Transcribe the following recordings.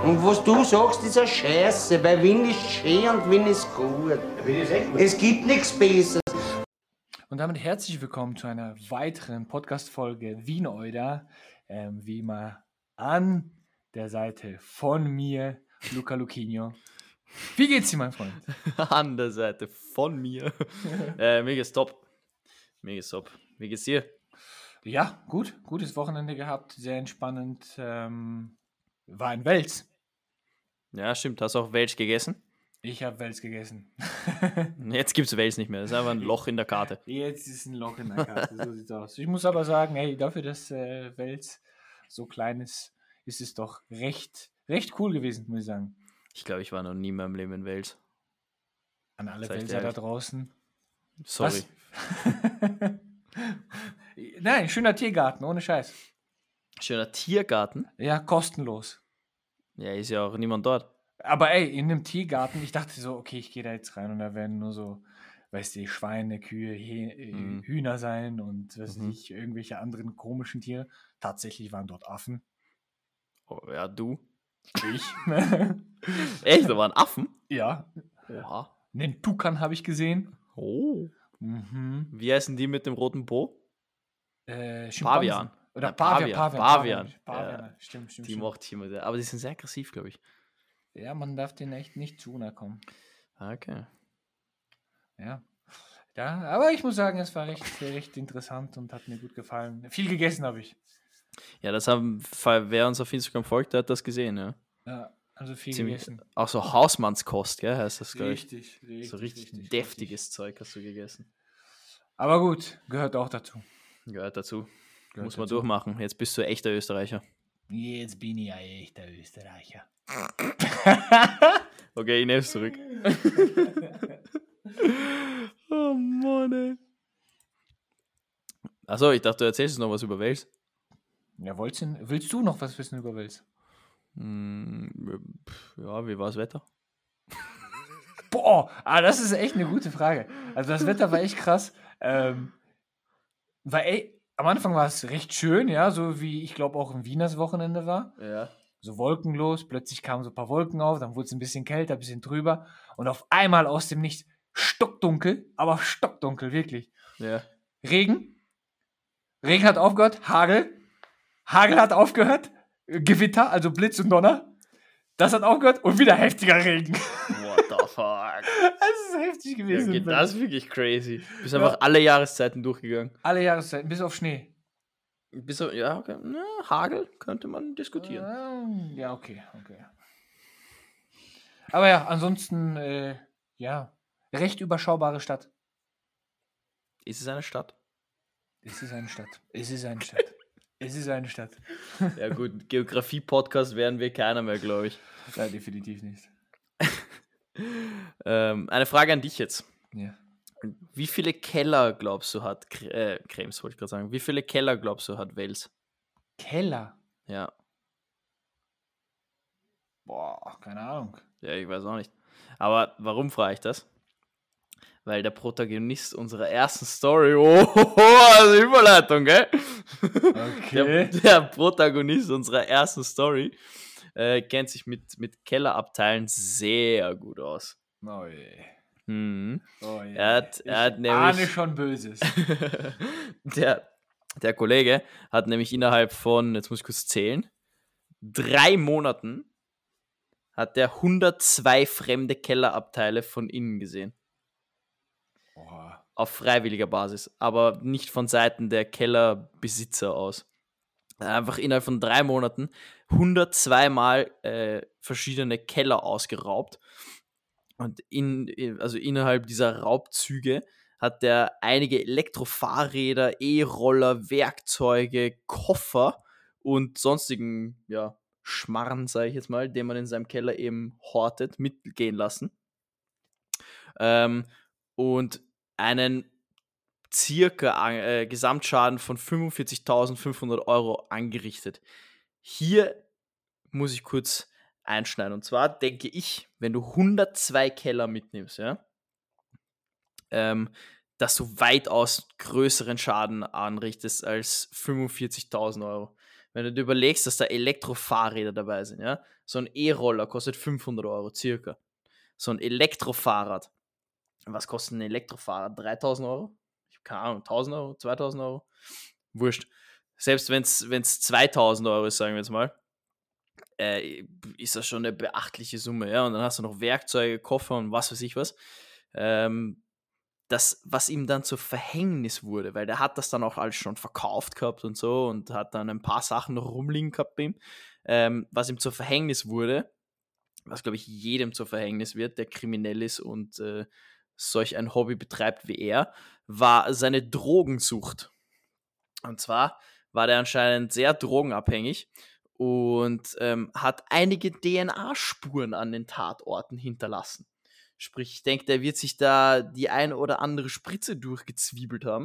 Und was du sagst, ist eine Scheiße, weil Wien ist schön und Wien ist gut. Es gibt nichts Besseres. Und damit herzlich willkommen zu einer weiteren Podcast-Folge Wien Oida. Wie immer an der Seite von mir, Luca Luquinho. Wie geht's dir, mein Freund? An der Seite von mir. Mir geht's top. Wie geht's dir? Ja, gut. Gutes Wochenende gehabt. Sehr entspannend. War in Wels. Ja, stimmt. Hast du auch Welsch gegessen? Ich habe Wels gegessen. Jetzt gibt's Welsch nicht mehr. Das ist einfach ein Loch in der Karte. Jetzt ist ein Loch in der Karte. So sieht's aus. Ich muss aber sagen, hey, dafür, dass Wels so klein ist, ist es doch recht cool gewesen, muss ich sagen. Ich glaube, ich war noch nie in meinem Leben in Wels. An alle Sag ich dir Welser da ehrlich. draußen. Sorry. Was? Nein, schöner Tiergarten, ohne Scheiß. Schöner Tiergarten. Ja, kostenlos. Ja, ist ja auch niemand dort. Aber ey, in einem Tiergarten, ich dachte so, okay, ich gehe da jetzt rein und da werden nur so, weißt du, Schweine, Kühe, Hühner sein und was weiß ich, irgendwelche anderen komischen Tiere. Tatsächlich waren dort Affen. Oh, ja, du. Ich. Echt? Da waren Affen? Ja. Oha. Einen Tukan habe ich gesehen. Oh. Mhm. Wie heißen die mit dem roten Po? Schimpansen. Pavian. Oder Ja, Pavian. Ja. Stimmt. Die mochte ich immer sehr. Aber die sind sehr aggressiv, glaube ich. Ja, man darf denen echt nicht zu nahe kommen. Okay. Ja. Aber ich muss sagen, es war recht interessant und hat mir gut gefallen. Viel gegessen habe ich. Ja, wer uns auf Instagram folgt, der hat das gesehen, ja. Ja, also viel Ziemlich, gegessen. auch so Hausmannskost, gell, heißt das, glaube ich. Richtig. So richtig deftiges Zeug hast du gegessen. Aber gut, gehört auch dazu. Gehört dazu. Gehört Muss man dazu. durchmachen. Jetzt bist du ein echter Österreicher. Jetzt bin ich ein echter Österreicher. Okay, ich nehme es zurück. Oh Mann, ey. Achso, ich dachte, du erzählst noch was über Wales. Ja, willst du noch was wissen über Wels? Ja, wie war das Wetter? Boah, das ist echt eine gute Frage. Also das Wetter war echt krass. Am Anfang war es recht schön, ja, so wie ich glaube auch ein Wieners Wochenende war. Ja. So wolkenlos, plötzlich kamen so ein paar Wolken auf, dann wurde es ein bisschen kälter, ein bisschen trüber und auf einmal aus dem Nichts stockdunkel, aber stockdunkel, wirklich. Ja. Regen hat aufgehört, Hagel hat aufgehört, Gewitter, also Blitz und Donner, das hat aufgehört und wieder heftiger Regen. What the fuck? Das ist heftig Ja, gewesen. das ist wirklich crazy. Bist einfach alle Jahreszeiten durchgegangen. Alle Jahreszeiten, bis auf Schnee. Ja, okay. Na, Hagel könnte man diskutieren. Ja, okay. Aber ja, ansonsten, recht überschaubare Stadt. Ist es eine Stadt? Es ist eine Stadt. Ja gut, Geografie-Podcast werden wir keiner mehr, glaube ich. Ja, definitiv nicht. Eine Frage an dich jetzt. Ja. Wie viele Keller glaubst du hat Krems, wollte ich gerade sagen. Wie viele Keller glaubst du hat Wels? Keller? Ja. Boah, keine Ahnung. Ja, ich weiß auch nicht. Aber warum frage ich das? Weil der Protagonist unserer ersten Story, also Überleitung, gell? Okay. Der Protagonist unserer ersten Story kennt sich mit Kellerabteilen sehr gut aus. Oh je. Mhm. Oh je. Er hat Ich nämlich ahne schon Böses. der Kollege hat nämlich innerhalb von, jetzt muss ich kurz zählen, 3 Monaten hat der 102 fremde Kellerabteile von innen gesehen. Boah. Auf freiwilliger Basis, aber nicht von Seiten der Kellerbesitzer aus. Einfach innerhalb von 3 Monaten 102 Mal verschiedene Keller ausgeraubt. Und innerhalb dieser Raubzüge hat er einige Elektrofahrräder, E-Roller, Werkzeuge, Koffer und sonstigen Schmarrn, sage ich jetzt mal, den man in seinem Keller eben hortet, mitgehen lassen. Und einen circa Gesamtschaden von 45.500 € angerichtet. Hier muss ich kurz einschneiden. Und zwar denke ich, wenn du 102 Keller mitnimmst, ja, dass du weitaus größeren Schaden anrichtest als 45.000 €. Wenn du dir überlegst, dass da Elektrofahrräder dabei sind, ja, so ein E-Roller kostet 500 Euro circa. So ein Elektrofahrrad. Was kostet ein Elektrofahrrad? 3000 Euro? Ich habe keine Ahnung, 1000 Euro, 2000 Euro? Wurscht. Selbst wenn es 2000 Euro ist, sagen wir jetzt mal, ist das schon eine beachtliche Summe, ja. Und dann hast du noch Werkzeuge, Koffer und was weiß ich was. Das, was ihm dann zu Verhängnis wurde, weil der hat das dann auch alles schon verkauft gehabt und so und hat dann ein paar Sachen noch rumliegen gehabt bei ihm, was ihm zu Verhängnis wurde, was glaube ich jedem zu Verhängnis wird, der kriminell ist und solch ein Hobby betreibt wie er, war seine Drogensucht. Und zwar war der anscheinend sehr drogenabhängig und hat einige DNA-Spuren an den Tatorten hinterlassen. Sprich, ich denke, der wird sich da die ein oder andere Spritze durchgezwiebelt haben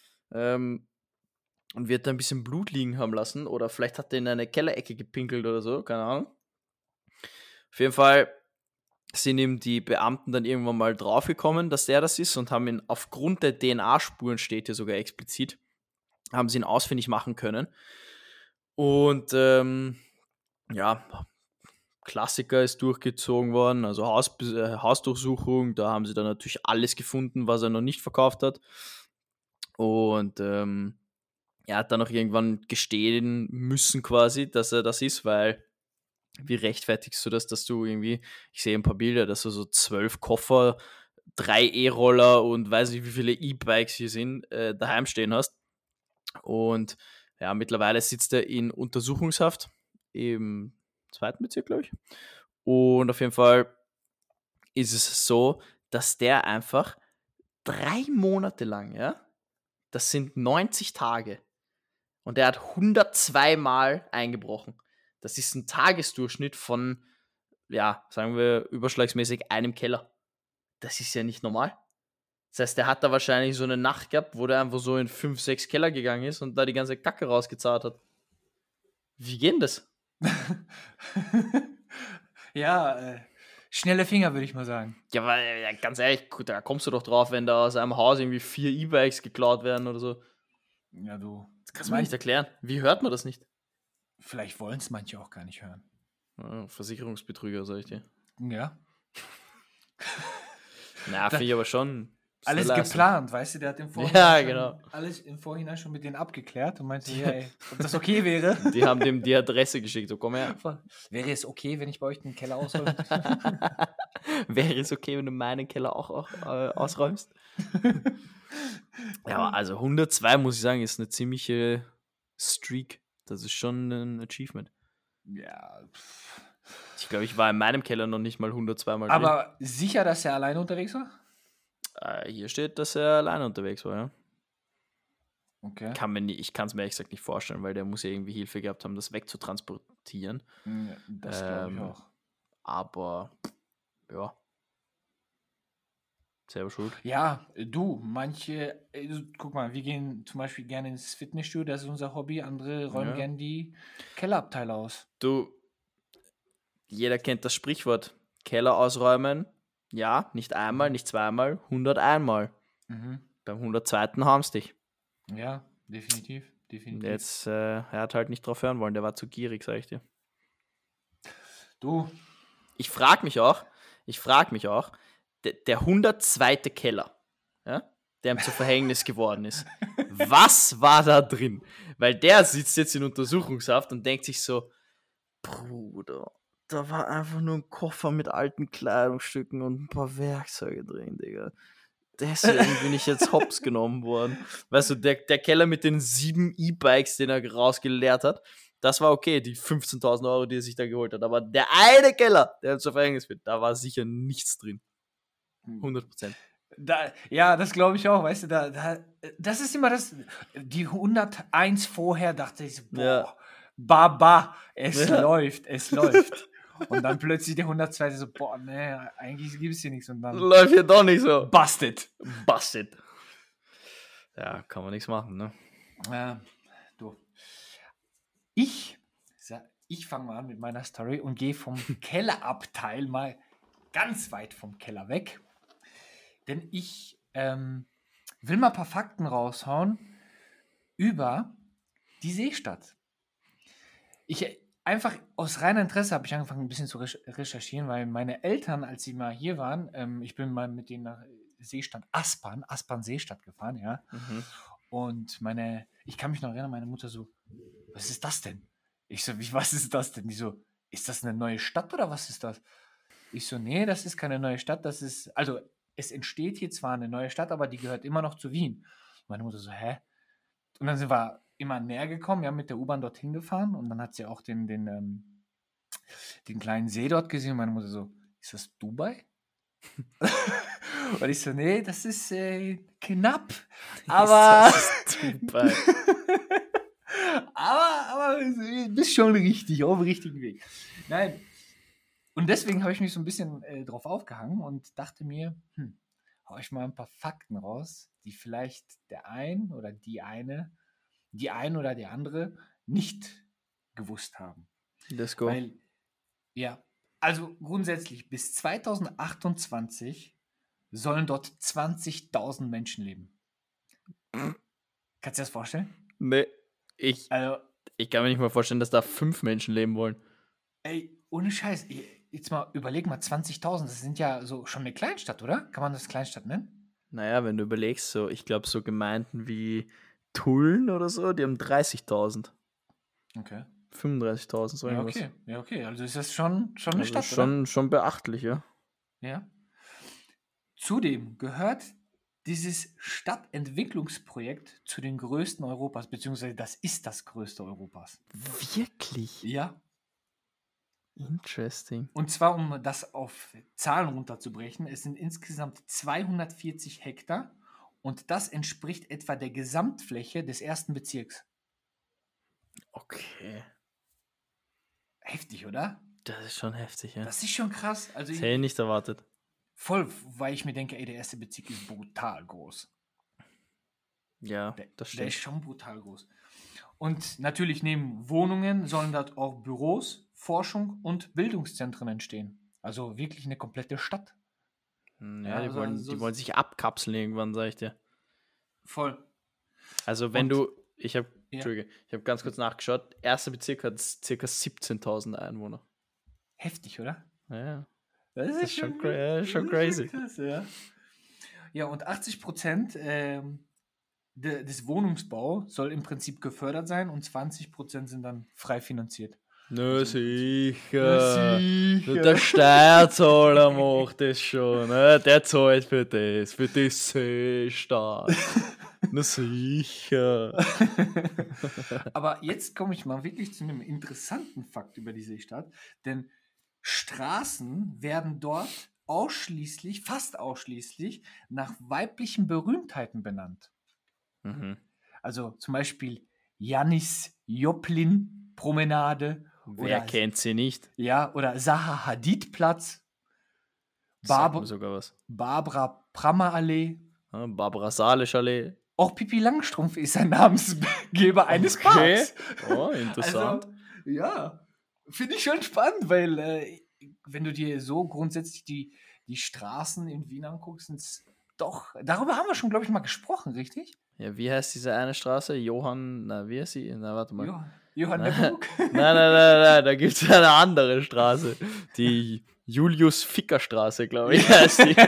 und wird da ein bisschen Blut liegen haben lassen. Oder vielleicht hat er in eine Kellerecke gepinkelt oder so, keine Ahnung. Auf jeden Fall sind ihm die Beamten dann irgendwann mal draufgekommen, dass der das ist und haben ihn aufgrund der DNA-Spuren, steht hier sogar explizit, haben sie ihn ausfindig machen können. Und ja, Klassiker ist durchgezogen worden, also Hausdurchsuchung, da haben sie dann natürlich alles gefunden, was er noch nicht verkauft hat. Und er hat dann auch irgendwann gestehen müssen quasi, dass er das ist, weil wie rechtfertigst du das, dass du irgendwie, ich sehe ein paar Bilder, dass du so 12 Koffer, 3 E-Roller und weiß nicht wie viele E-Bikes hier sind, daheim stehen hast. Und ja, mittlerweile sitzt er in Untersuchungshaft im 2. Bezirk, glaube ich. Und auf jeden Fall ist es so, dass der einfach 3 Monate lang, ja, das sind 90 Tage, und der hat 102 Mal eingebrochen. Das ist ein Tagesdurchschnitt von, ja, sagen wir überschlagsmäßig einem Keller. Das ist ja nicht normal. Das heißt, der hat da wahrscheinlich so eine Nacht gehabt, wo der einfach so in 5, 6 Keller gegangen ist und da die ganze Kacke rausgezahlt hat. Wie geht denn das? Ja, schnelle Finger, würde ich mal sagen. Ja, weil, ja, ganz ehrlich, gut, da kommst du doch drauf, wenn da aus einem Haus irgendwie 4 E-Bikes geklaut werden oder so. Ja, du. Das kannst du mir nicht erklären. Wie hört man das nicht? Vielleicht wollen es manche auch gar nicht hören. Ja, Versicherungsbetrüger, sag ich dir. Ja. Na, finde ich aber schon. Alles geplant, weißt du, der hat im Vorhinein Ja, genau. alles im Vorhinein schon mit denen abgeklärt und meinte, ja, ey, ob das okay wäre. Die haben dem die Adresse geschickt, so komm her. Wäre es okay, wenn ich bei euch den Keller ausräume? Wäre es okay, wenn du meinen Keller auch ausräumst? Ja, also 102, muss ich sagen, ist eine ziemliche Streak. Das ist schon ein Achievement. Ja. Ich glaube, ich war in meinem Keller noch nicht mal 102 Mal Aber sicher, dass er alleine unterwegs war? Hier steht, dass er alleine unterwegs war, ja. Okay. Ich kann es mir ehrlich gesagt nicht vorstellen, weil der muss ja irgendwie Hilfe gehabt haben, das wegzutransportieren. Ja, das glaube ich auch. Aber, ja. Selber schuld. Ja, du, manche, guck mal, wir gehen zum Beispiel gerne ins Fitnessstudio, das ist unser Hobby, andere räumen gerne die Kellerabteile aus. Du, jeder kennt das Sprichwort, Keller ausräumen, ja, nicht einmal, nicht zweimal, 101 Mal. Mhm. Beim 102. haben sie dich. Ja, definitiv. Und jetzt, er hat halt nicht drauf hören wollen, der war zu gierig, sag ich dir. Du. Ich frage mich auch, der 102. Keller, ja, der ihm zu Verhängnis geworden ist, was war da drin? Weil der sitzt jetzt in Untersuchungshaft und denkt sich so, Bruder, da war einfach nur ein Koffer mit alten Kleidungsstücken und ein paar Werkzeuge drin, Digga. Deswegen bin ich jetzt hops genommen worden. Weißt du, der Keller mit den 7 E-Bikes, den er rausgeleert hat, das war okay, die 15.000 Euro, die er sich da geholt hat. Aber der eine Keller, der zu Verhängnis wird, da war sicher nichts drin. 100%. Ja, das glaube ich auch, weißt du, das ist immer das, die 101 vorher dachte ich so, boah, Ja. Baba, es läuft. Und dann plötzlich der 102 so, boah, ne, eigentlich gibt es hier nichts. Und dann Läuft ja doch nicht so. busted. Ja, kann man nichts machen, ne? Du. Ich fange mal an mit meiner Story und gehe vom Kellerabteil mal ganz weit vom Keller weg. Denn ich will mal ein paar Fakten raushauen über die Seestadt. Einfach aus reinem Interesse habe ich angefangen, ein bisschen zu recherchieren, weil meine Eltern, als sie mal hier waren, ich bin mal mit denen nach Seestadt Aspern Seestadt gefahren, ja. Mhm. Und ich kann mich noch erinnern, meine Mutter so, was ist das denn? Ich so, was ist das denn? Die so, ist das eine neue Stadt oder was ist das? Ich so, nee, das ist keine neue Stadt, also es entsteht hier zwar eine neue Stadt, aber die gehört immer noch zu Wien. Meine Mutter so, hä? Und dann sind wir immer näher gekommen, ja, mit der U-Bahn dorthin gefahren und dann hat sie auch den kleinen See dort gesehen und meine Mutter so, ist das Dubai? Und ich so, nee, das ist knapp, aber Das ist Dubai. aber du bist schon richtig, auf dem richtigen Weg. Nein. Und deswegen habe ich mich so ein bisschen drauf aufgehangen und dachte mir, hau ich mal ein paar Fakten raus, die vielleicht der ein oder die eine oder der andere nicht gewusst haben. Let's go. Weil, ja, also grundsätzlich bis 2028 sollen dort 20.000 Menschen leben. Kannst du dir das vorstellen? Nee, ich Also, kann mir nicht mal vorstellen, dass da 5 Menschen leben wollen. ey, ohne Scheiß, jetzt mal überleg mal, 20.000, das sind ja so schon eine Kleinstadt, oder? Kann man das Kleinstadt nennen? Naja, wenn du überlegst, so, ich glaube, so Gemeinden wie Tulln oder so, die haben 30.000, Okay. 35.000, so Ja, irgendwas. okay. Ja, okay. Also ist das schon eine Also Stadt, oder? schon beachtlich, ja. Ja. Zudem gehört dieses Stadtentwicklungsprojekt zu den größten Europas, beziehungsweise das ist das größte Europas. Wirklich? Ja. Interesting. Und zwar, um das auf Zahlen runterzubrechen, es sind insgesamt 240 Hektar und das entspricht etwa der Gesamtfläche des ersten Bezirks. Okay. Heftig, oder? Das ist schon heftig, ja. Das ist schon krass. Also Das hätte ich nicht erwartet. voll, weil ich mir denke, ey, der erste Bezirk ist brutal groß. Ja, Der, das der ist stimmt. schon brutal groß. Und natürlich neben Wohnungen sollen dort auch Büros, Forschung und Bildungszentren entstehen. Also wirklich eine komplette Stadt. Ja, also die wollen sich abkapseln irgendwann, sag ich dir. voll. Also wenn Und- ich habe ganz kurz nachgeschaut, erster Bezirk hat ca. 17.000 Einwohner. Heftig, oder? Ja, Das ist schon schon crazy. krass, ja. Ja, und 80% des Wohnungsbaus soll im Prinzip gefördert sein und 20% sind dann frei finanziert. Na Also, sicher. sicher. Der Steuerzahler macht das schon. Ne? Der zahlt für die Seestadt. Na sicher. Aber jetzt komme ich mal wirklich zu einem interessanten Fakt über die Seestadt, denn Straßen werden dort fast ausschließlich nach weiblichen Berühmtheiten benannt. Mhm. Also zum Beispiel Janis Joplin Promenade Wer kennt sie nicht? ja, oder Zaha Hadid Platz, Sagt mir sogar was. Barbara Prammer Allee. Ja, Barbara Salisch Allee. Auch Pippi Langstrumpf ist ein Namensgeber eines Parks. Oh, interessant. Also, ja, finde ich schon spannend, weil wenn du dir so grundsätzlich die Straßen in Wien anguckst, sind es doch, darüber haben wir schon, glaube ich, mal gesprochen, richtig? Ja, wie heißt diese eine Straße? Wie heißt sie? Na, warte mal. Johann Nein. Nepomuk? Nein, da gibt es eine andere Straße. Die Julius-Ficker-Straße, glaube ich, heißt die.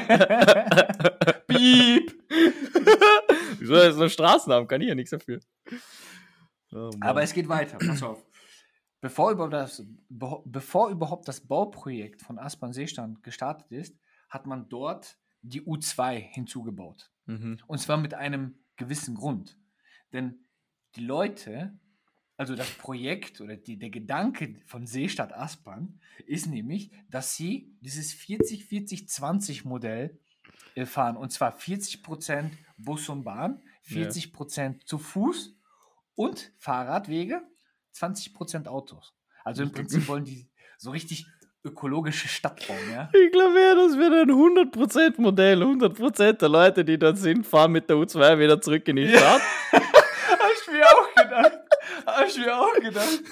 Piep! Wieso ist so ein Straßennamen? Kann ich ja nichts dafür. Oh, Mann. Aber es geht weiter, pass auf. Bevor überhaupt das Bauprojekt von Aspern Seestand gestartet ist, hat man dort die U2 hinzugebaut. Mhm. Und zwar mit einem gewissen Grund. Denn die Leute, also das Projekt oder der Gedanke von Seestadt Aspern ist nämlich, dass sie dieses 40-40-20 Modell fahren. Und zwar 40% Bus und Bahn, 40% zu Fuß und Fahrradwege, 20% Autos. Also im Prinzip wollen die so richtig ökologische Stadt bauen, ja? Ich glaube ja, das wird ein 100% Modell. 100% der Leute, die dort sind, fahren mit der U2 wieder zurück in die Stadt. Hast du mir auch gedacht.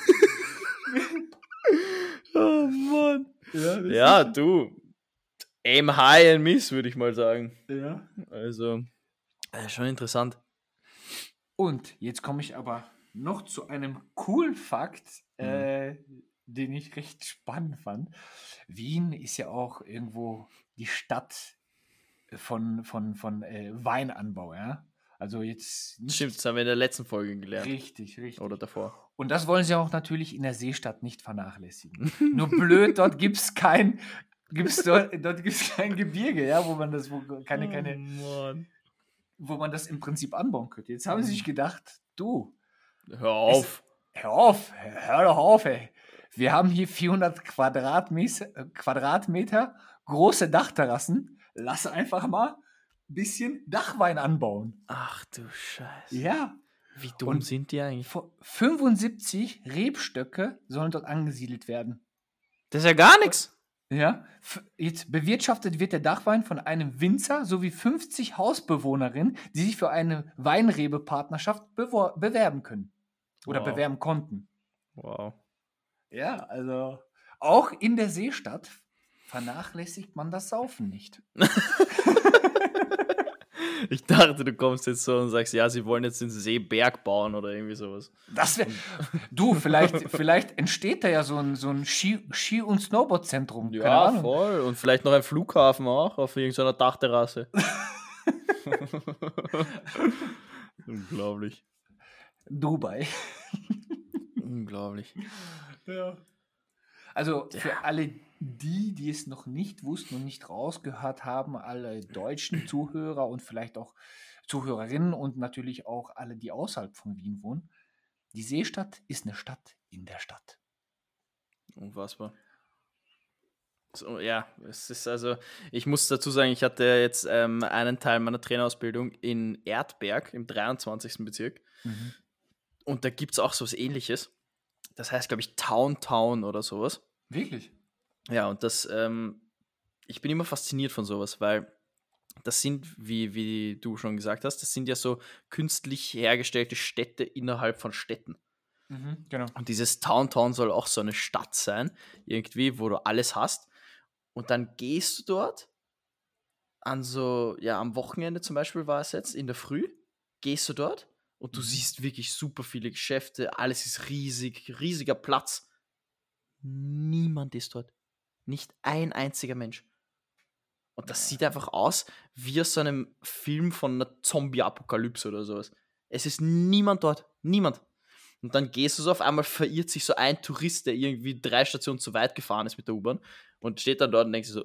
Oh Mann. Ja, das Ja, du. Aim high and miss, würde ich mal sagen. ja. Also, schon interessant. Und jetzt komme ich aber noch zu einem coolen Fakt, den ich recht spannend fand. Wien ist ja auch irgendwo die Stadt von Weinanbau, ja. Also jetzt nicht Stimmt, das haben wir in der letzten Folge gelernt. richtig. Oder davor. Und das wollen sie auch natürlich in der Seestadt nicht vernachlässigen. Nur blöd, dort gibt's kein Gebirge, ja, wo man das, Mann. wo man das im Prinzip anbauen könnte. Jetzt haben sie sich gedacht, du, Hör auf. hör doch auf, ey. Wir haben hier 400 Quadratmeter große Dachterrassen. Lass einfach mal ein bisschen Dachwein anbauen. Ach du Scheiße. Ja, Wie dumm Und- sind die eigentlich? 75 Rebstöcke sollen dort angesiedelt werden. Das ist ja gar nichts. Ja, jetzt bewirtschaftet wird der Dachwein von einem Winzer sowie 50 Hausbewohnerinnen, die sich für eine Weinrebepartnerschaft bewerben können. Oder Wow. bewerben konnten. Wow. Ja, also auch in der Seestadt vernachlässigt man das Saufen nicht. Ich dachte, du kommst jetzt so und sagst, ja, sie wollen jetzt den Seeberg bauen oder irgendwie sowas. Das wäre. Du, vielleicht entsteht da ja so ein Ski- und Snowboard-Zentrum. Keine Ja, Ahnung. voll. Und vielleicht noch ein Flughafen auch auf irgendeiner Dachterrasse. Unglaublich. Dubai. Unglaublich. Ja. Also für alle die es noch nicht wussten und nicht rausgehört haben, alle deutschen Zuhörer und vielleicht auch Zuhörerinnen und natürlich auch alle, die außerhalb von Wien wohnen, die Seestadt ist eine Stadt in der Stadt. Unfassbar. So, ja, es ist also, ich muss dazu sagen, ich hatte jetzt einen Teil meiner Trainerausbildung in Erdberg im 23. Bezirk. Und da gibt es auch sowas Ähnliches. Das heißt, glaube ich, Town oder sowas. Wirklich? Ja, und das, ich bin immer fasziniert von sowas, weil das sind, wie du schon gesagt hast, das sind ja so künstlich hergestellte Städte innerhalb von Städten. Genau. Und dieses Town soll auch so eine Stadt sein, irgendwie, wo du alles hast. Und dann gehst du dort an so, ja, am Wochenende zum Beispiel war es jetzt, in der Früh, gehst du dort und du siehst wirklich super viele Geschäfte, alles ist riesig, riesiger Platz. Niemand ist dort. Nicht ein einziger Mensch. Und das sieht einfach aus wie aus so einem Film von einer Zombie-Apokalypse oder sowas. Es ist niemand dort. Niemand. Und dann gehst du so, auf einmal verirrt sich so ein Tourist, der irgendwie 3 Stationen zu weit gefahren ist mit der U-Bahn und steht dann dort und denkt sich so,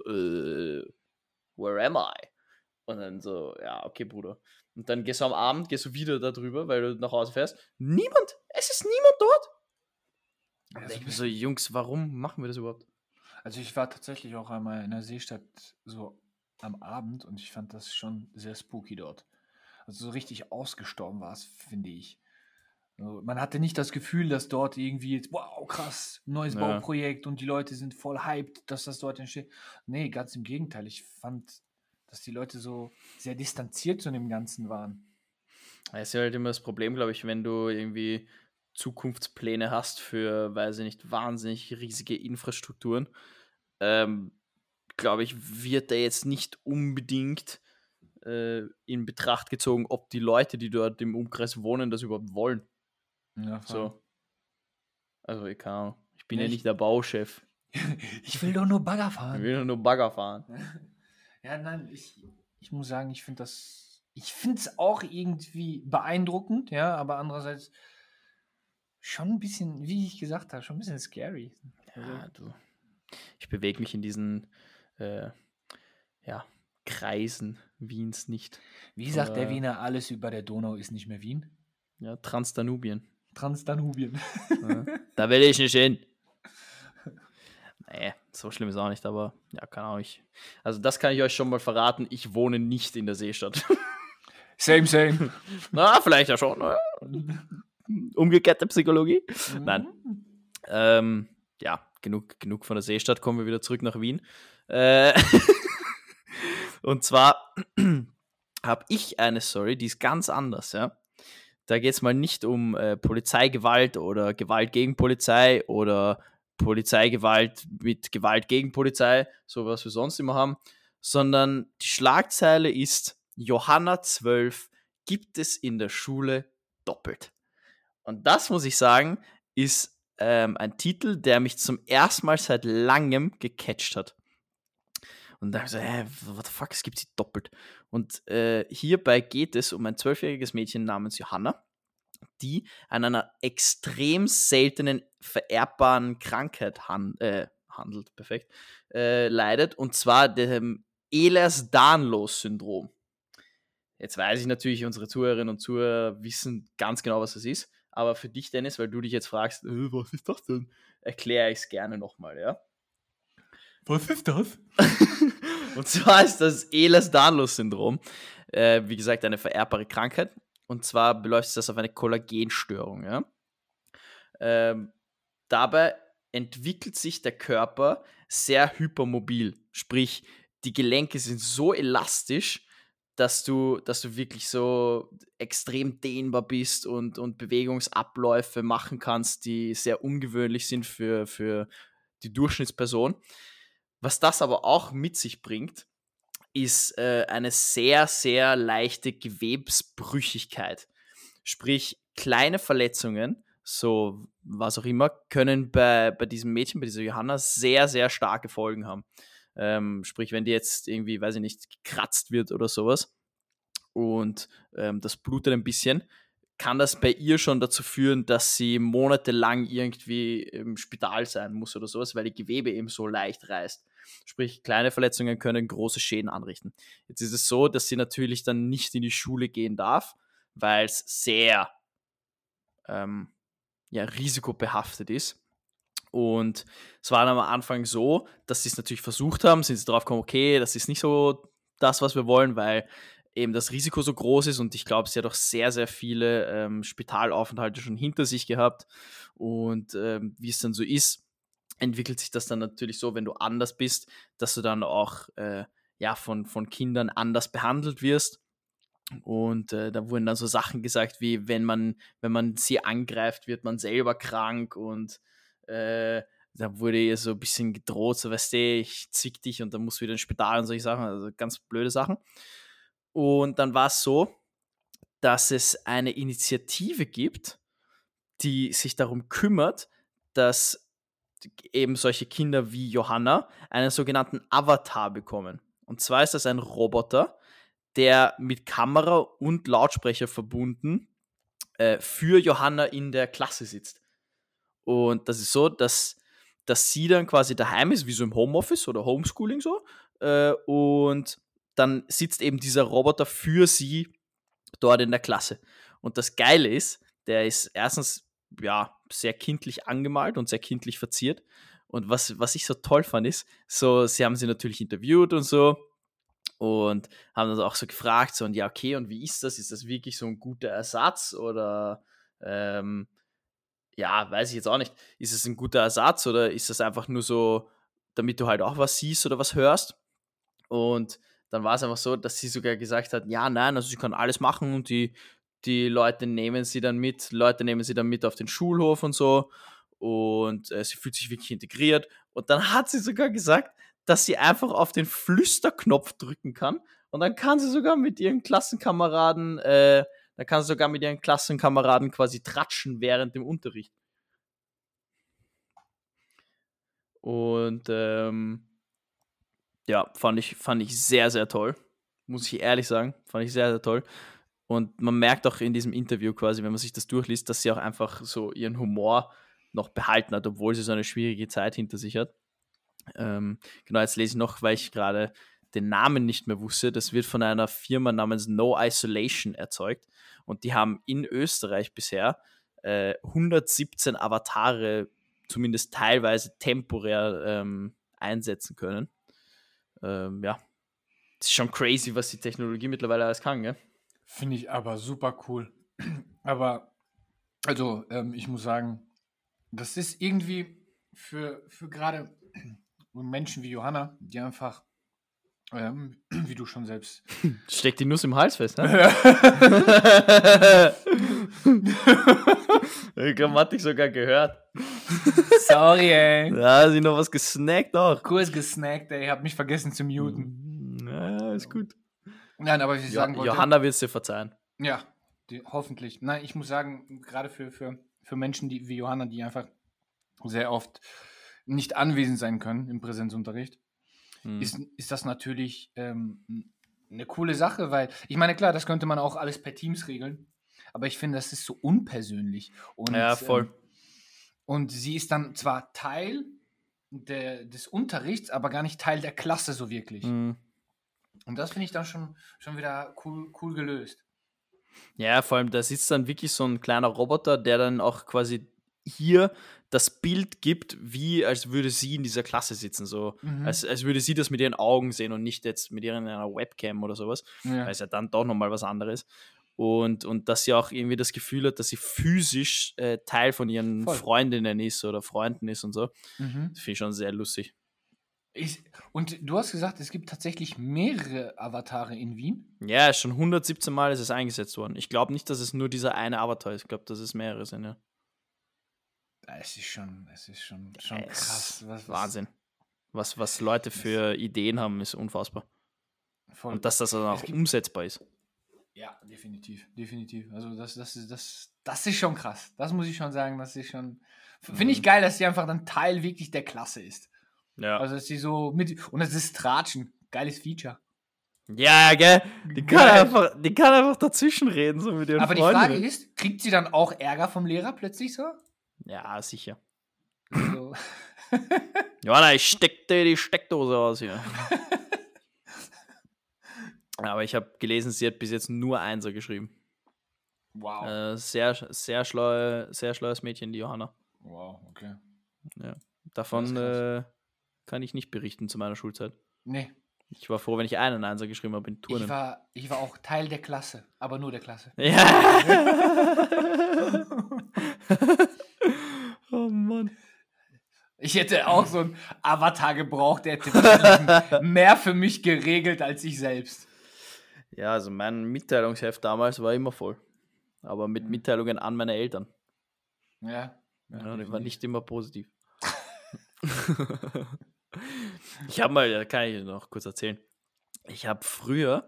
where am I? Und dann so, ja, okay, Bruder. Und dann gehst du am Abend, gehst du wieder da drüber, weil du nach Hause fährst. Niemand! Es ist niemand dort! Und Also, ich mir so, Jungs, warum machen wir das überhaupt? Also ich war tatsächlich auch einmal in der Seestadt so am Abend und ich fand das schon sehr spooky dort. Also so richtig ausgestorben war es, finde ich. Also man hatte nicht das Gefühl, dass dort irgendwie jetzt, wow, krass, neues Ja. Bauprojekt und die Leute sind voll hyped, dass das dort entsteht. Nee, ganz im Gegenteil. Ich fand, dass die Leute so sehr distanziert zu dem Ganzen waren. Es ist ja halt immer das Problem, glaube ich, wenn du irgendwie Zukunftspläne hast für, weiß ich nicht, wahnsinnig riesige Infrastrukturen, glaube ich, wird da jetzt nicht unbedingt in Betracht gezogen, ob die Leute, die dort im Umkreis wohnen, das überhaupt wollen. Ja, So. Also, ich keine Ahnung. Ich bin Ja, ja nicht der Bauchef. Ich will doch nur Bagger Ich fahren. will nur Bagger fahren. Ja, nein, ich muss sagen, ich finde es auch irgendwie beeindruckend, ja, aber andererseits schon ein bisschen, wie ich gesagt habe, schon ein bisschen scary. Ja, du. Ich bewege mich in diesen Kreisen Wiens nicht. Wie sagt der Aber- Wiener, alles über der Donau ist nicht mehr Wien? Ja, Transdanubien. Transdanubien. Ja. Da will ich nicht hin. Nee, so schlimm ist auch nicht, aber ja, keine Ahnung. Also das kann ich euch schon mal verraten, ich wohne nicht in der Seestadt. Same. Na, vielleicht ja schon. Oder? Umgekehrte Psychologie. Nein. Ja, genug von der Seestadt, kommen wir wieder zurück nach Wien. Und zwar habe ich eine Story, die ist ganz anders, ja. Da geht es mal nicht um Polizeigewalt oder Gewalt gegen Polizei oder Polizeigewalt mit Gewalt gegen Polizei, so was wir sonst immer haben, sondern die Schlagzeile ist: Johanna 12 gibt es in der Schule doppelt. Und das, muss ich sagen, ist ein Titel, der mich zum ersten Mal seit langem gecatcht hat. Und da habe ich so, what the fuck, es gibt sie doppelt. Und hierbei geht es um ein 12-jähriges Mädchen namens Johanna, die an einer extrem seltenen vererbbaren Krankheit handelt, perfekt, leidet, und zwar dem Ehlers-Danlos-Syndrom. Jetzt weiß ich natürlich, unsere Zuhörerinnen und Zuhörer wissen ganz genau, was das ist, aber für dich, Dennis, weil du dich jetzt fragst, was ist das denn, erkläre ich es gerne nochmal, ja? Was ist das? Und zwar ist das Ehlers-Danlos-Syndrom, wie gesagt, eine vererbbare Krankheit. Und zwar beläuft sich das auf eine Kollagenstörung. Ja? Dabei entwickelt sich der Körper sehr hypermobil. Sprich, die Gelenke sind so elastisch, dass du wirklich so extrem dehnbar bist und Bewegungsabläufe machen kannst, die sehr ungewöhnlich sind für die Durchschnittsperson. Was das aber auch mit sich bringt, ist eine sehr, sehr leichte Gewebsbrüchigkeit. Sprich, kleine Verletzungen, so was auch immer, können bei diesem Mädchen, bei dieser Johanna, sehr, sehr starke Folgen haben. Sprich, wenn die jetzt irgendwie, weiß ich nicht, gekratzt wird oder sowas und das blutet ein bisschen, kann das bei ihr schon dazu führen, dass sie monatelang irgendwie im Spital sein muss oder sowas, weil die Gewebe eben so leicht reißt. Sprich, kleine Verletzungen können große Schäden anrichten. Jetzt ist es so, dass sie natürlich dann nicht in die Schule gehen darf, weil es sehr risikobehaftet ist. Und es war dann am Anfang so, dass sie es natürlich versucht haben, sind sie drauf gekommen, okay, das ist nicht so das, was wir wollen, weil eben das Risiko so groß ist, und ich glaube, sie hat auch sehr, sehr viele Spitalaufenthalte schon hinter sich gehabt, und wie es dann so ist, entwickelt sich das dann natürlich so, wenn du anders bist, dass du dann auch von Kindern anders behandelt wirst. Und da wurden dann so Sachen gesagt, wie wenn man sie angreift, wird man selber krank, und da wurde ihr so ein bisschen gedroht, so weißt du, ich zwick dich und dann musst du wieder ins Spital und solche Sachen, also ganz blöde Sachen. Und dann war es so, dass es eine Initiative gibt, die sich darum kümmert, dass eben solche Kinder wie Johanna einen sogenannten Avatar bekommen. Und zwar ist das ein Roboter, der mit Kamera und Lautsprecher verbunden für Johanna in der Klasse sitzt. Und das ist so, dass sie dann quasi daheim ist, wie so im Homeoffice oder Homeschooling so. Und dann sitzt eben dieser Roboter für sie dort in der Klasse. Und das Geile ist, der ist erstens sehr kindlich angemalt und sehr kindlich verziert. Und was ich so toll fand, ist, so, sie haben sie natürlich interviewt und so und haben dann auch so gefragt, so, und ja, okay, und wie ist das? Ist das wirklich so ein guter Ersatz oder weiß ich jetzt auch nicht. Ist es ein guter Ersatz oder ist das einfach nur so, damit du halt auch was siehst oder was hörst? Und dann war es einfach so, dass sie sogar gesagt hat, ja, nein, also sie kann alles machen, und die Leute nehmen sie dann mit auf den Schulhof und so, und sie fühlt sich wirklich integriert. Und dann hat sie sogar gesagt, dass sie einfach auf den Flüsterknopf drücken kann, und dann kann sie sogar mit ihren Klassenkameraden quasi tratschen während dem Unterricht. Und fand ich sehr, sehr toll. Muss ich ehrlich sagen. Fand ich sehr, sehr toll. Und man merkt auch in diesem Interview quasi, wenn man sich das durchliest, dass sie auch einfach so ihren Humor noch behalten hat, obwohl sie so eine schwierige Zeit hinter sich hat. Genau, jetzt lese ich noch, weil ich gerade den Namen nicht mehr wusste. Das wird von einer Firma namens No Isolation erzeugt. Und die haben in Österreich bisher 117 Avatare zumindest teilweise temporär einsetzen können. Das ist schon crazy, was die Technologie mittlerweile alles kann, gell? Finde ich aber super cool. Aber, also, ich muss sagen, das ist irgendwie für gerade Menschen wie Johanna, die einfach, wie du schon selbst... Steckt die Nuss im Hals fest, ne? Ich glaube, man hat dich sogar gehört. Sorry, ey. Ja, sie noch was gesnackt auch. Kurz gesnackt, ey. Ich habe mich vergessen zu muten. Ja, ist gut. Nein, aber was ich sagen wollte... Johanna wird es dir verzeihen. Ja, hoffentlich. Nein, ich muss sagen, gerade für Menschen wie Johanna, die einfach sehr oft nicht anwesend sein können im Präsenzunterricht, ist das natürlich eine coole Sache, weil, ich meine, klar, das könnte man auch alles per Teams regeln, aber ich finde, das ist so unpersönlich. Und, Ja, voll. Und sie ist dann zwar Teil des Unterrichts, aber gar nicht Teil der Klasse so wirklich. Mhm. Und das finde ich dann schon wieder cool gelöst. Ja, vor allem, da sitzt dann wirklich so ein kleiner Roboter, der dann auch quasi hier das Bild gibt, wie als würde sie in dieser Klasse sitzen, so als würde sie das mit ihren Augen sehen und nicht jetzt mit einer Webcam oder sowas, weil es ja dann doch nochmal was anderes. Und dass sie auch irgendwie das Gefühl hat, dass sie physisch Teil von ihren Freundinnen ist oder Freunden ist und so. Das finde ich schon sehr lustig. Und du hast gesagt, es gibt tatsächlich mehrere Avatare in Wien? Ja, schon 117 Mal ist es eingesetzt worden. Ich glaube nicht, dass es nur dieser eine Avatar ist. Ich glaube, dass es mehrere sind, ja. Es ist schon krass. Wahnsinn. Was Leute für Ideen haben, ist unfassbar. Voll. Und dass das dann auch umsetzbar ist. Ja, definitiv. Also das ist schon krass. Das muss ich schon sagen. Das ist schon. Finde ich geil, dass sie einfach dann Teil wirklich der Klasse ist. Ja. Also dass sie so und das ist Tratschen. Geiles Feature. Ja, gell? Die kann einfach dazwischen reden, so mit ihren Aber Freunden. Die Frage ist, kriegt sie dann auch Ärger vom Lehrer plötzlich so? Ja, sicher. So. Johanna, ich steck dir die Steckdose aus hier. Aber ich habe gelesen, sie hat bis jetzt nur Einser geschrieben. Wow. Sehr schlaues Mädchen, die Johanna. Wow, okay. Ja. Davon kann ich nicht berichten zu meiner Schulzeit. Nee. Ich war froh, wenn ich einen Einser geschrieben habe in Turnen. Ich war auch Teil der Klasse, aber nur der Klasse. Ja. Oh Mann. Ich hätte auch so einen Avatar gebraucht, der hätte mehr für mich geregelt als ich selbst. Ja, also mein Mitteilungsheft damals war immer voll. Aber mit Mitteilungen an meine Eltern. Ja. Die war nicht immer positiv. Ich habe mal, kann ich noch kurz erzählen. Ich habe früher,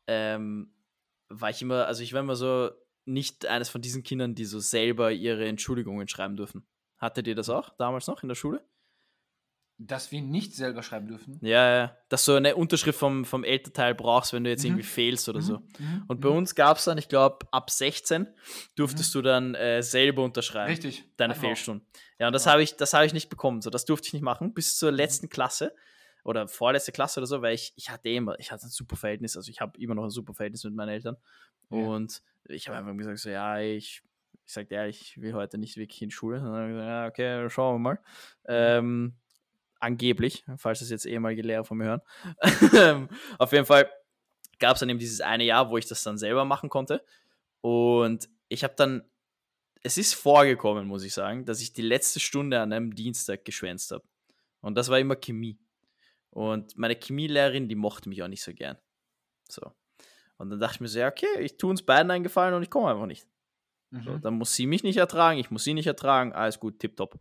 ich war immer so nicht eines von diesen Kindern, die so selber ihre Entschuldigungen schreiben dürfen. Hattet ihr das auch damals noch in der Schule? Dass wir nicht selber schreiben dürfen? Ja. Dass du eine Unterschrift vom Elternteil brauchst, wenn du jetzt irgendwie fehlst oder so. Und bei uns gab es dann, ich glaube, ab 16 durftest du dann selber unterschreiben. Richtig. Deine Fehlstunden. Ja, und das habe ich nicht bekommen. So, das durfte ich nicht machen bis zur letzten Klasse oder vorletzte Klasse oder so, weil ich hatte ein super Verhältnis, also ich habe immer noch ein super Verhältnis mit meinen Eltern. Ja. Und ich habe einfach gesagt, so, ja, ich sagte, ja, ich will heute nicht wirklich in die Schule. Und dann habe ich gesagt, ja, okay, schauen wir mal. Angeblich, falls das jetzt ehemalige Lehrer von mir hören. Auf jeden Fall gab es dann eben dieses eine Jahr, wo ich das dann selber machen konnte. Und ich habe dann, es ist vorgekommen, muss ich sagen, dass ich die letzte Stunde an einem Dienstag geschwänzt habe. Und das war immer Chemie. Und meine Chemielehrerin, die mochte mich auch nicht so gern. So. Und dann dachte ich mir so, ja, okay, ich tue uns beiden einen Gefallen und ich komme einfach nicht. So, dann muss sie mich nicht ertragen, ich muss sie nicht ertragen, alles gut, tipptopp.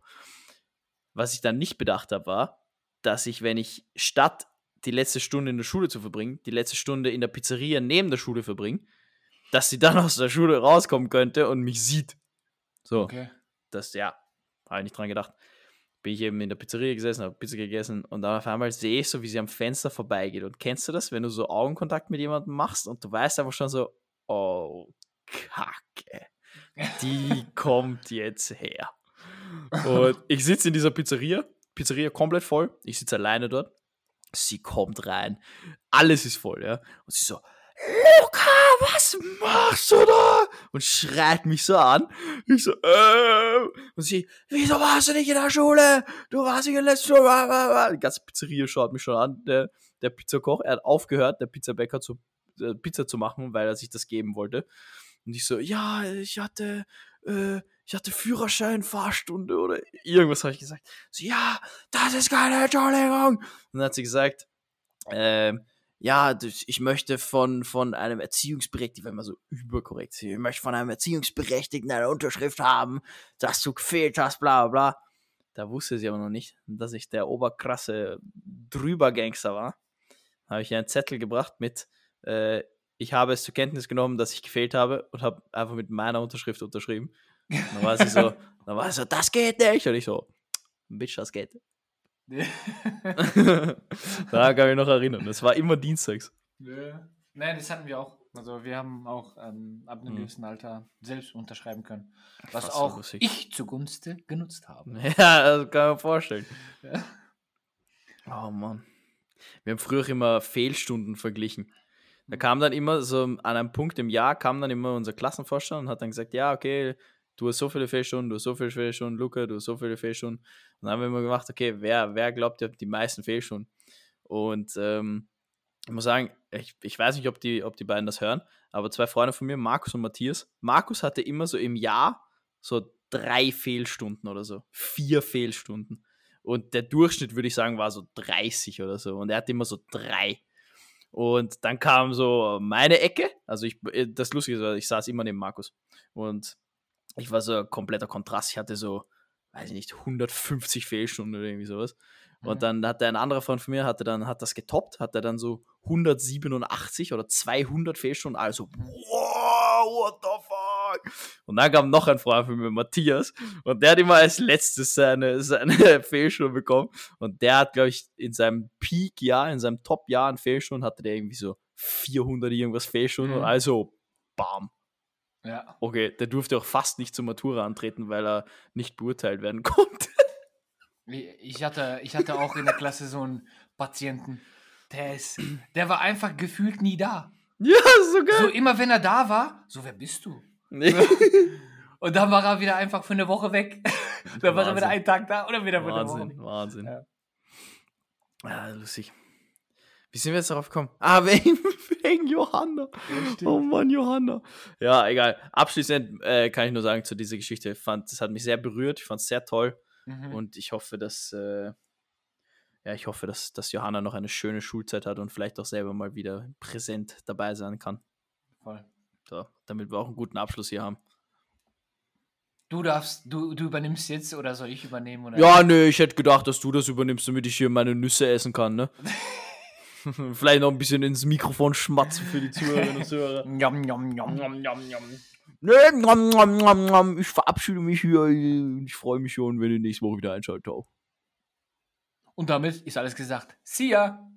Was ich dann nicht bedacht habe, war, dass ich, wenn ich statt die letzte Stunde in der Schule zu verbringen, die letzte Stunde in der Pizzeria neben der Schule verbringe, dass sie dann aus der Schule rauskommen könnte und mich sieht. So, okay. Das, ja, habe ich nicht dran gedacht. Bin ich eben in der Pizzeria gesessen, habe Pizza gegessen und dann auf einmal sehe ich so, wie sie am Fenster vorbeigeht. Und kennst du das, wenn du so Augenkontakt mit jemandem machst und du weißt einfach schon so, oh, Kacke, die kommt jetzt her. Und ich sitze in dieser Pizzeria komplett voll, ich sitze alleine dort, sie kommt rein, alles ist voll, ja, und sie so, Luca, was machst du da? Und schreit mich so an, ich so, und sie, wieso warst du nicht in der Schule? Du warst nicht in der Schule, die ganze Pizzeria schaut mich schon an, der Pizzakoch, er hat aufgehört, der Pizzabäcker Pizza zu machen, weil er sich das geben wollte, und ich so, ja, ich hatte Führerschein, Fahrstunde oder irgendwas habe ich gesagt. So, ja, das ist keine Entschuldigung. Und dann hat sie gesagt, ja, ich möchte von einem Erziehungsberechtigten, wenn man so überkorrekt ist, ich möchte von einem Erziehungsberechtigten eine Unterschrift haben, dass du gefehlt hast, bla bla. Da wusste sie aber noch nicht, dass ich der oberkrasse Drübergangster war. Habe ich ihr einen Zettel gebracht mit ich habe es zur Kenntnis genommen, dass ich gefehlt habe und habe einfach mit meiner Unterschrift unterschrieben. Dann war sie so, das geht nicht. Und ich so, Bitch, das geht. Da kann ich noch erinnern. Das war immer dienstags. Ja. Nein, das hatten wir auch. Also wir haben auch ab einem gewissen Alter selbst unterschreiben können. Was Fast auch so lustig. ich zugunsten genutzt habe. Ja, das kann man vorstellen. Ja. Oh Mann. Wir haben früher immer Fehlstunden verglichen. Da kam dann immer so an einem Punkt im Jahr, kam dann immer unser Klassenvorstand und hat dann gesagt, ja, okay, du hast so viele Fehlstunden, du hast so viele Fehlstunden, Luca, du hast so viele Fehlstunden. Und dann haben wir immer gemacht, okay, wer glaubt, ihr habt die meisten Fehlstunden? Und ich muss sagen, ich weiß nicht, ob die beiden das hören, aber 2 Freunde von mir, Markus und Matthias, Markus hatte immer so im Jahr so 3 Fehlstunden oder so, 4 Fehlstunden. Und der Durchschnitt, würde ich sagen, war so 30 oder so. Und er hatte immer so 3. Und dann kam so meine Ecke. Also das Lustige ist, ich saß immer neben Markus. Und ich war so ein kompletter Kontrast. Ich hatte so, weiß ich nicht, 150 Fehlstunden oder irgendwie sowas. Und dann hat ein anderer Freund von mir, hat das getoppt, hat er dann so 187 oder 200 Fehlstunden. Also, wow, what the fuck? Und dann kam noch ein Freund von mir, Matthias, und der hat immer als letztes seine Fehlstunden bekommen. Und der hat, glaube ich, in seinem Peak-Jahr, in seinem Top-Jahr an Fehlstunden, hatte der irgendwie so 400 irgendwas Fehlstunden. Und also, bam. Ja. Okay, der durfte auch fast nicht zur Matura antreten, weil er nicht beurteilt werden konnte. Ich hatte auch in der Klasse so einen Patienten, der war einfach gefühlt nie da. Ja, so So geil. immer wenn er da war, so wer bist du? Und dann war er wieder einfach für eine Woche weg. Dann war er wieder Wahnsinn. einen Tag da oder wieder für eine Woche Wahnsinn, weg. Wahnsinn. Ja. Ja, lustig. Wie sind wir jetzt darauf gekommen? Ah, wegen Johanna. Oh Mann, Johanna. Ja, egal. Abschließend kann ich nur sagen zu dieser Geschichte, das hat mich sehr berührt, ich fand es sehr toll und ich hoffe, dass Johanna noch eine schöne Schulzeit hat und vielleicht auch selber mal wieder präsent dabei sein kann. Voll. So, damit wir auch einen guten Abschluss hier haben. Du übernimmst jetzt oder soll ich übernehmen? Oder? Ja, nö, ich hätte gedacht, dass du das übernimmst, damit ich hier meine Nüsse essen kann, ne? Vielleicht noch ein bisschen ins Mikrofon schmatzen für die Zuhörerinnen und Zuhörer. Njam, njam, njam, njam, njam, njam. Nee, ich verabschiede mich hier. Ich freue mich schon, wenn ihr nächste Woche wieder einschaltet. Und damit ist alles gesagt. See ya!